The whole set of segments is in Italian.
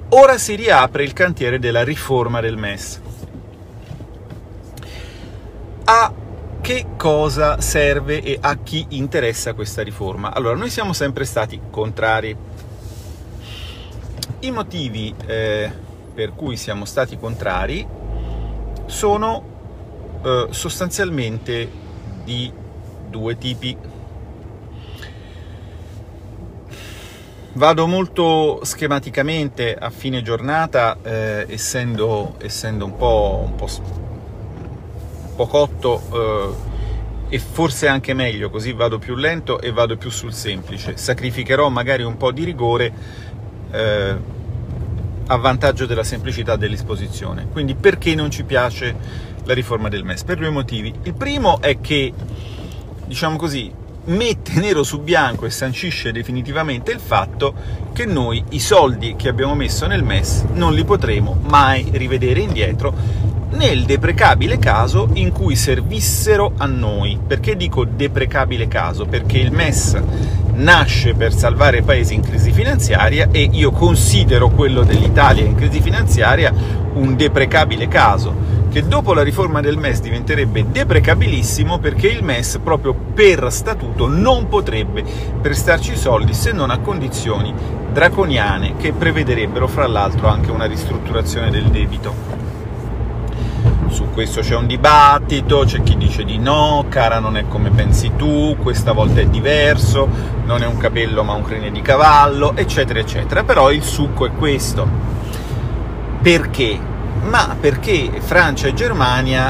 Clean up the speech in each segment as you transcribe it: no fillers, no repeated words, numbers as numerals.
ora si riapre il cantiere della riforma del MES. A che cosa serve e a chi interessa questa riforma? Allora, noi siamo sempre stati contrari. I motivi per cui siamo stati contrari sono sostanzialmente di due tipi. Vado molto schematicamente a fine giornata, essendo un po' cotto, e forse anche meglio, così vado più lento e vado più sul semplice. Sacrificherò magari un po' di rigore a vantaggio della semplicità dell'esposizione. Quindi perché non ci piace la riforma del MES? Per due motivi. Il primo è che, diciamo così, mette nero su bianco e sancisce definitivamente il fatto che noi i soldi che abbiamo messo nel MES non li potremo mai rivedere indietro nel deprecabile caso in cui servissero a noi. Perché dico deprecabile caso? Perché il MES nasce per salvare paesi in crisi finanziaria e io considero quello dell'Italia in crisi finanziaria un deprecabile caso, che dopo la riforma del MES diventerebbe deprecabilissimo, perché il MES proprio per statuto non potrebbe prestarci soldi se non a condizioni draconiane che prevederebbero fra l'altro anche una ristrutturazione del debito. Su questo c'è un dibattito, c'è chi dice di no, cara, non è come pensi tu, questa volta è diverso, non è un capello ma un crine di cavallo, eccetera eccetera. Però il succo è questo. Perché? Ma perché Francia e Germania,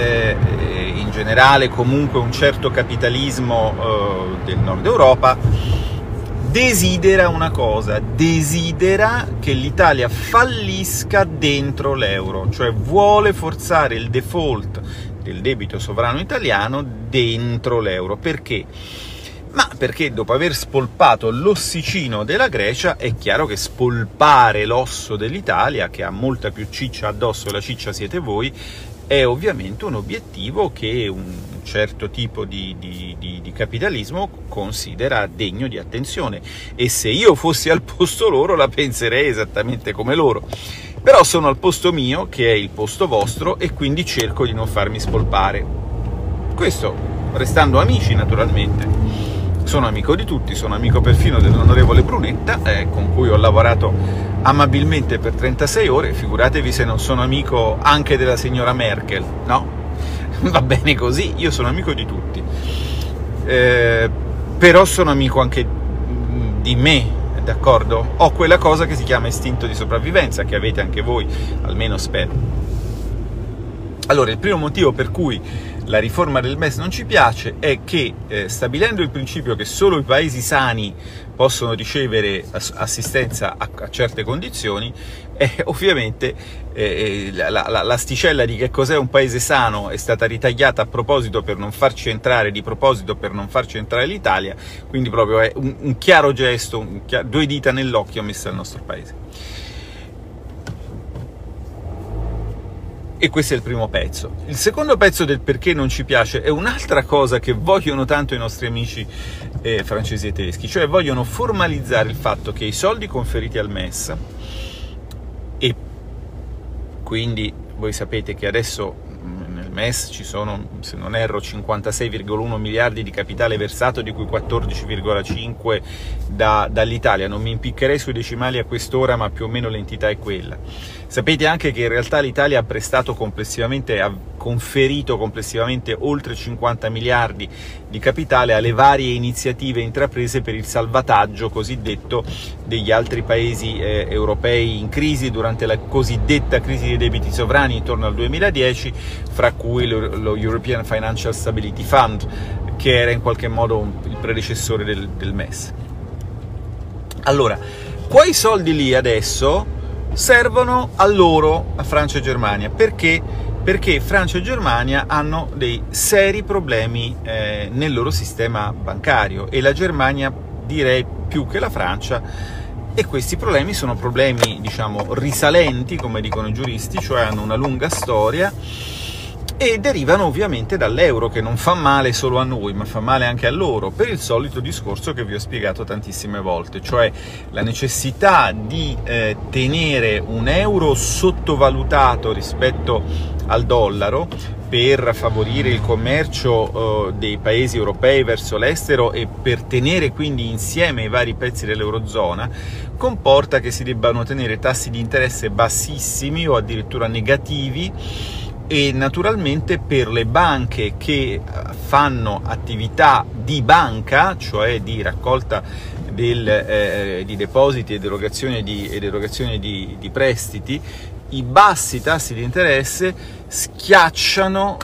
in generale comunque un certo capitalismo del nord Europa, desidera una cosa: desidera che l'Italia fallisca dentro l'euro, cioè vuole forzare il default del debito sovrano italiano dentro l'euro. Perché? Ma perché dopo aver spolpato l'ossicino della Grecia è chiaro che spolpare l'osso dell'Italia, che ha molta più ciccia addosso, e la ciccia siete voi, è ovviamente un obiettivo che un certo tipo di capitalismo considera degno di attenzione, e se io fossi al posto loro la penserei esattamente come loro. Però sono al posto mio, che è il posto vostro, e quindi cerco di non farmi spolpare. Questo restando amici, naturalmente. Sono amico di tutti, sono amico perfino dell'onorevole Brunetta, con cui ho lavorato amabilmente per 36 ore, figuratevi se non sono amico anche della signora Merkel, no? Va bene così, io sono amico di tutti, però sono amico anche di me, d'accordo? Ho quella cosa che si chiama istinto di sopravvivenza, che avete anche voi, almeno spero. Allora, il primo motivo per cui la riforma del MES non ci piace è che, stabilendo il principio che solo i paesi sani possono ricevere assistenza a certe condizioni, ovviamente l'asticella di che cos'è un paese sano è stata ritagliata a proposito per non farci entrare, di proposito per non farci entrare l'Italia, quindi proprio è un chiaro gesto, due dita nell'occhio messe al nostro paese. E questo è il primo pezzo. Il secondo pezzo del perché non ci piace è un'altra cosa che vogliono tanto i nostri amici francesi e tedeschi, cioè vogliono formalizzare il fatto che i soldi conferiti al MES, e quindi voi sapete che adesso nel MES ci sono, se non erro, 56,1 miliardi di capitale versato, di cui 14,5 dall'Italia. Non mi impiccherei sui decimali a quest'ora, ma più o meno l'entità è quella. Sapete anche che in realtà l'Italia ha prestato complessivamente, ha conferito complessivamente oltre 50 miliardi di capitale alle varie iniziative intraprese per il salvataggio cosiddetto degli altri paesi europei in crisi durante la cosiddetta crisi dei debiti sovrani intorno al 2010, fra cui lo European Financial Stability Fund, che era in qualche modo il predecessore del MES. Allora, quei soldi lì adesso servono a loro, a Francia e Germania. Perché? Perché Francia e Germania hanno dei seri problemi nel loro sistema bancario, e la Germania direi più che la Francia, e questi problemi sono problemi, diciamo, risalenti, come dicono i giuristi, cioè hanno una lunga storia, e derivano ovviamente dall'euro, che non fa male solo a noi, ma fa male anche a loro, per il solito discorso che vi ho spiegato tantissime volte, cioè la necessità di tenere un euro sottovalutato rispetto al dollaro per favorire il commercio dei paesi europei verso l'estero e per tenere quindi insieme i vari pezzi dell'Eurozona, comporta che si debbano tenere tassi di interesse bassissimi o addirittura negativi, e naturalmente per le banche che fanno attività di banca, cioè di raccolta di depositi ed erogazione di prestiti, i bassi tassi di interesse schiacciano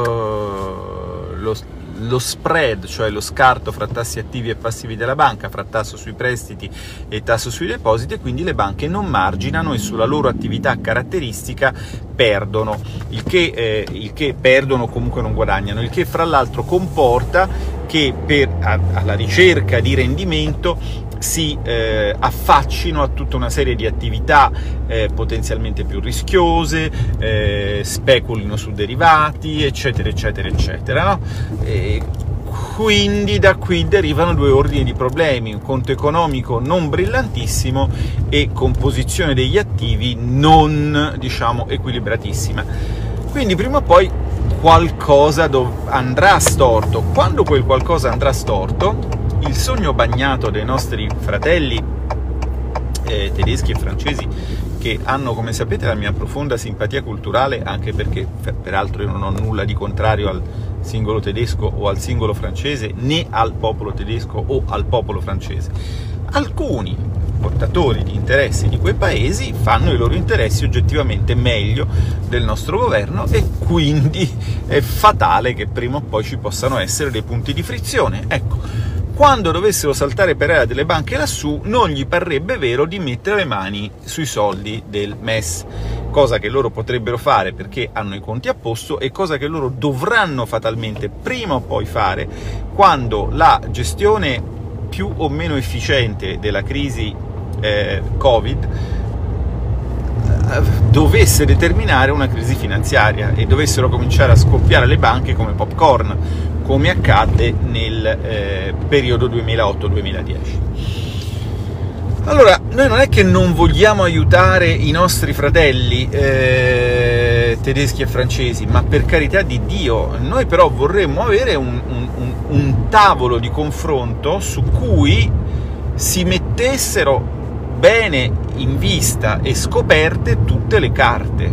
lo spread, cioè lo scarto fra tassi attivi e passivi della banca, fra tasso sui prestiti e tasso sui depositi, e quindi le banche non marginano e sulla loro attività caratteristica perdono, il che perdono, comunque non guadagnano, il che fra l'altro comporta che alla ricerca di rendimento si affaccino a tutta una serie di attività potenzialmente più rischiose, speculino su derivati, eccetera, eccetera, eccetera, no? Quindi da qui derivano due ordini di problemi: un conto economico non brillantissimo e composizione degli attivi non, diciamo, equilibratissima. Quindi prima o poi qualcosa andrà storto. Quando quel qualcosa andrà storto, il sogno bagnato dei nostri fratelli tedeschi e francesi, che hanno, come sapete, la mia profonda simpatia culturale, anche perché peraltro io non ho nulla di contrario al singolo tedesco o al singolo francese, né al popolo tedesco o al popolo francese. Alcuni portatori di interessi di quei paesi fanno i loro interessi oggettivamente meglio del nostro governo, e quindi è fatale che prima o poi ci possano essere dei punti di frizione. Ecco, quando dovessero saltare per aria delle banche lassù, non gli parrebbe vero di mettere le mani sui soldi del MES, cosa che loro potrebbero fare perché hanno i conti a posto, e cosa che loro dovranno fatalmente prima o poi fare quando la gestione più o meno efficiente della crisi Covid dovesse determinare una crisi finanziaria e dovessero cominciare a scoppiare le banche come popcorn, come accadde nel periodo 2008-2010. Allora, noi non è che non vogliamo aiutare i nostri fratelli tedeschi e francesi, ma per carità di Dio, noi però vorremmo avere un tavolo di confronto su cui si mettessero bene in vista e scoperte tutte le carte.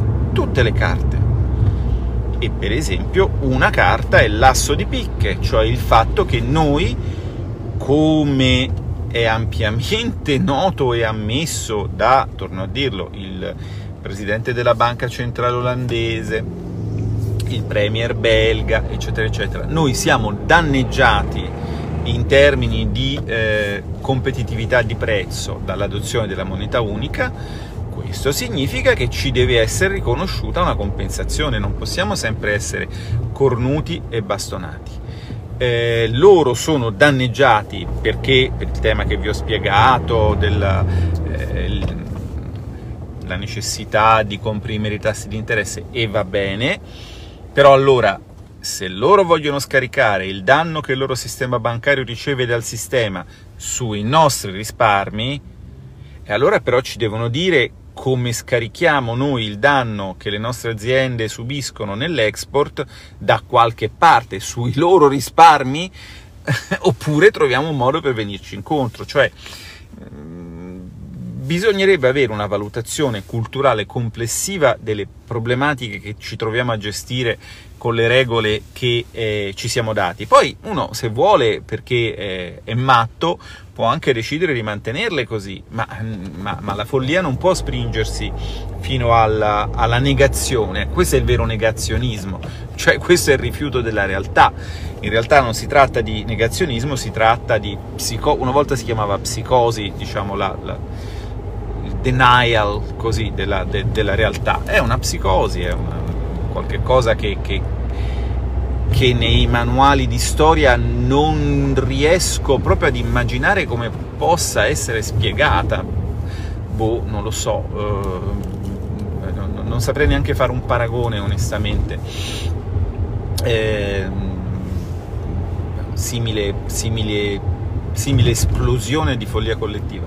E per esempio una carta è l'asso di picche, cioè il fatto che noi, come è ampiamente noto e ammesso da, torno a dirlo, il presidente della banca centrale olandese, il premier belga, eccetera, eccetera, noi siamo danneggiati in termini di competitività di prezzo dall'adozione della moneta unica. Questo significa che ci deve essere riconosciuta una compensazione, non possiamo sempre essere cornuti e bastonati. Loro sono danneggiati perché, per il tema che vi ho spiegato, la necessità di comprimere i tassi di interesse, e va bene, però allora, se loro vogliono scaricare il danno che il loro sistema bancario riceve dal sistema sui nostri risparmi, e allora però ci devono dire come scarichiamo noi il danno che le nostre aziende subiscono nell'export da qualche parte sui loro risparmi, oppure troviamo un modo per venirci incontro. Cioè, bisognerebbe avere una valutazione culturale complessiva delle problematiche che ci troviamo a gestire con le regole che ci siamo dati. Poi uno, se vuole, perché è matto, può anche decidere di mantenerle così, ma la follia non può spingersi fino alla negazione. Questo è il vero negazionismo, cioè questo è il rifiuto della realtà. In realtà non si tratta di negazionismo, si tratta di una volta si chiamava psicosi, diciamo il denial così della realtà. È una psicosi, è qualche cosa che nei manuali di storia non riesco proprio ad immaginare come possa essere spiegata. Non lo so, non saprei neanche fare un paragone, onestamente. simile esplosione di follia collettiva.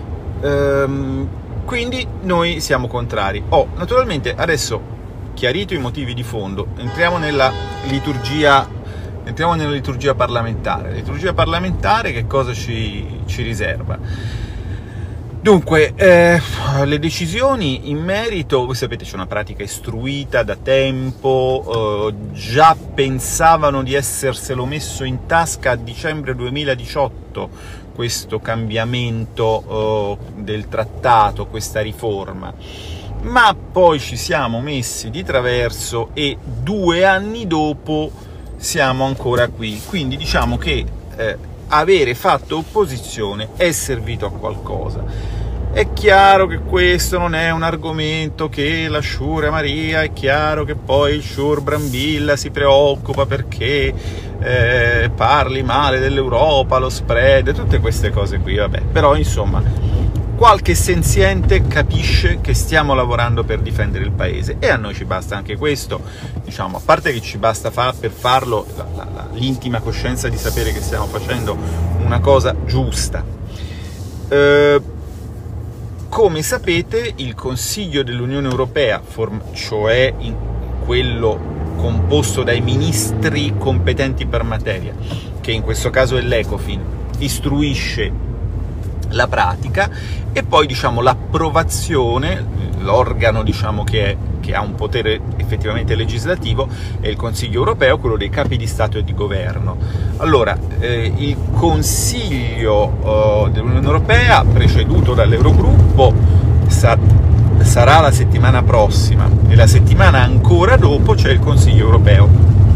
Quindi noi siamo contrari. Naturalmente adesso, chiarito i motivi di fondo, entriamo nella liturgia parlamentare. La liturgia parlamentare che cosa ci riserva? Dunque, le decisioni in merito, voi sapete c'è una pratica istruita da tempo, già pensavano di esserselo messo in tasca a dicembre 2018 questo cambiamento del trattato, questa riforma, ma poi ci siamo messi di traverso e 2 anni dopo siamo ancora qui, quindi diciamo che avere fatto opposizione è servito a qualcosa. È chiaro che questo non è un argomento che la Sciure Maria, è chiaro che poi il Sciur Brambilla si preoccupa perché parli male dell'Europa, lo spread, tutte queste cose qui, vabbè. Però insomma, qualche senziente capisce che stiamo lavorando per difendere il paese e a noi ci basta anche questo, diciamo, a parte che ci basta per farlo l'intima coscienza di sapere che stiamo facendo una cosa giusta. Come sapete, il Consiglio dell'Unione Europea, cioè quello composto dai ministri competenti per materia, che in questo caso è l'Ecofin, istruisce la pratica e poi, diciamo, l'approvazione, l'organo, diciamo, che ha un potere effettivamente legislativo, è il Consiglio Europeo, quello dei capi di Stato e di Governo. Allora, il Consiglio dell'Unione Europea, preceduto dall'Eurogruppo, sarà la settimana prossima e la settimana ancora dopo c'è il Consiglio Europeo.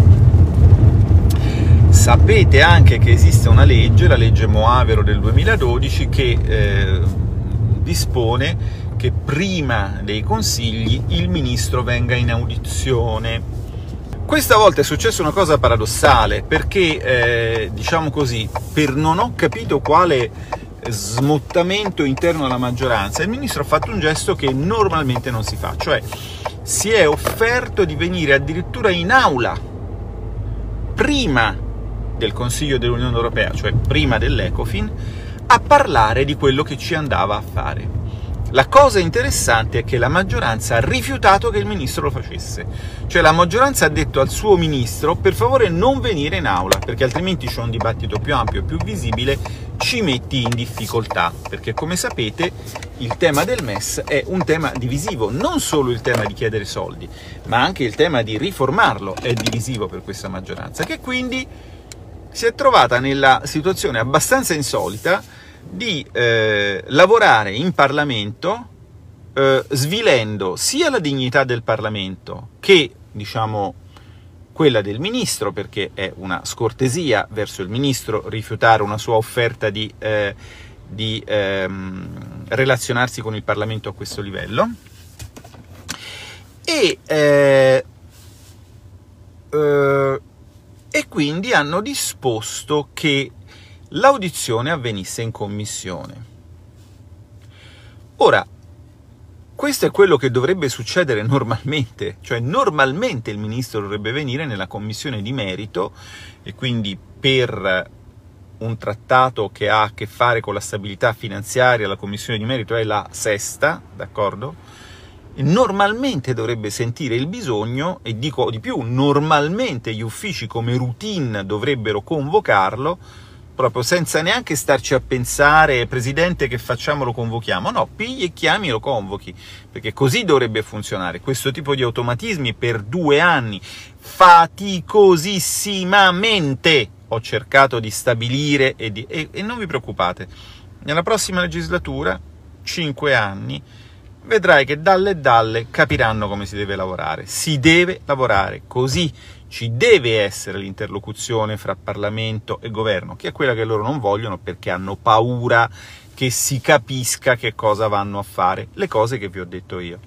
Sapete anche che esiste una legge, la legge Moavero del 2012, che dispone che prima dei consigli il ministro venga in audizione. Questa volta è successa una cosa paradossale, perché, diciamo così, per non ho capito quale smottamento interno alla maggioranza, il ministro ha fatto un gesto che normalmente non si fa, cioè si è offerto di venire addirittura in aula prima del Consiglio dell'Unione Europea, cioè prima dell'Ecofin, a parlare di quello che ci andava a fare. La cosa interessante è che la maggioranza ha rifiutato che il ministro lo facesse, cioè la maggioranza ha detto al suo ministro: per favore non venire in aula, perché altrimenti c'è un dibattito più ampio e più visibile, ci metti in difficoltà, perché come sapete il tema del MES è un tema divisivo, non solo il tema di chiedere soldi, ma anche il tema di riformarlo è divisivo per questa maggioranza, che quindi si è trovata nella situazione abbastanza insolita di lavorare in Parlamento svilendo sia la dignità del Parlamento che, diciamo, quella del ministro, perché è una scortesia verso il ministro rifiutare una sua offerta di relazionarsi con il Parlamento a questo livello, e quindi hanno disposto che l'audizione avvenisse in commissione. Ora, questo è quello che dovrebbe succedere normalmente, cioè normalmente il ministro dovrebbe venire nella commissione di merito, e quindi per un trattato che ha a che fare con la stabilità finanziaria la commissione di merito è la sesta, d'accordo? E normalmente dovrebbe sentire il bisogno, e dico di più, normalmente gli uffici come routine dovrebbero convocarlo, proprio senza neanche starci a pensare: Presidente, che facciamo, lo convochiamo? No, pigli e chiami e lo convochi, perché così dovrebbe funzionare. Questo tipo di automatismi per 2 anni, faticosissimamente, ho cercato di stabilire, e non vi preoccupate, nella prossima legislatura, 5 anni, vedrai che dalle capiranno come si deve lavorare. Si deve lavorare così. Ci deve essere l'interlocuzione fra Parlamento e Governo, che è quella che loro non vogliono, perché hanno paura che si capisca che cosa vanno a fare, le cose che vi ho detto io.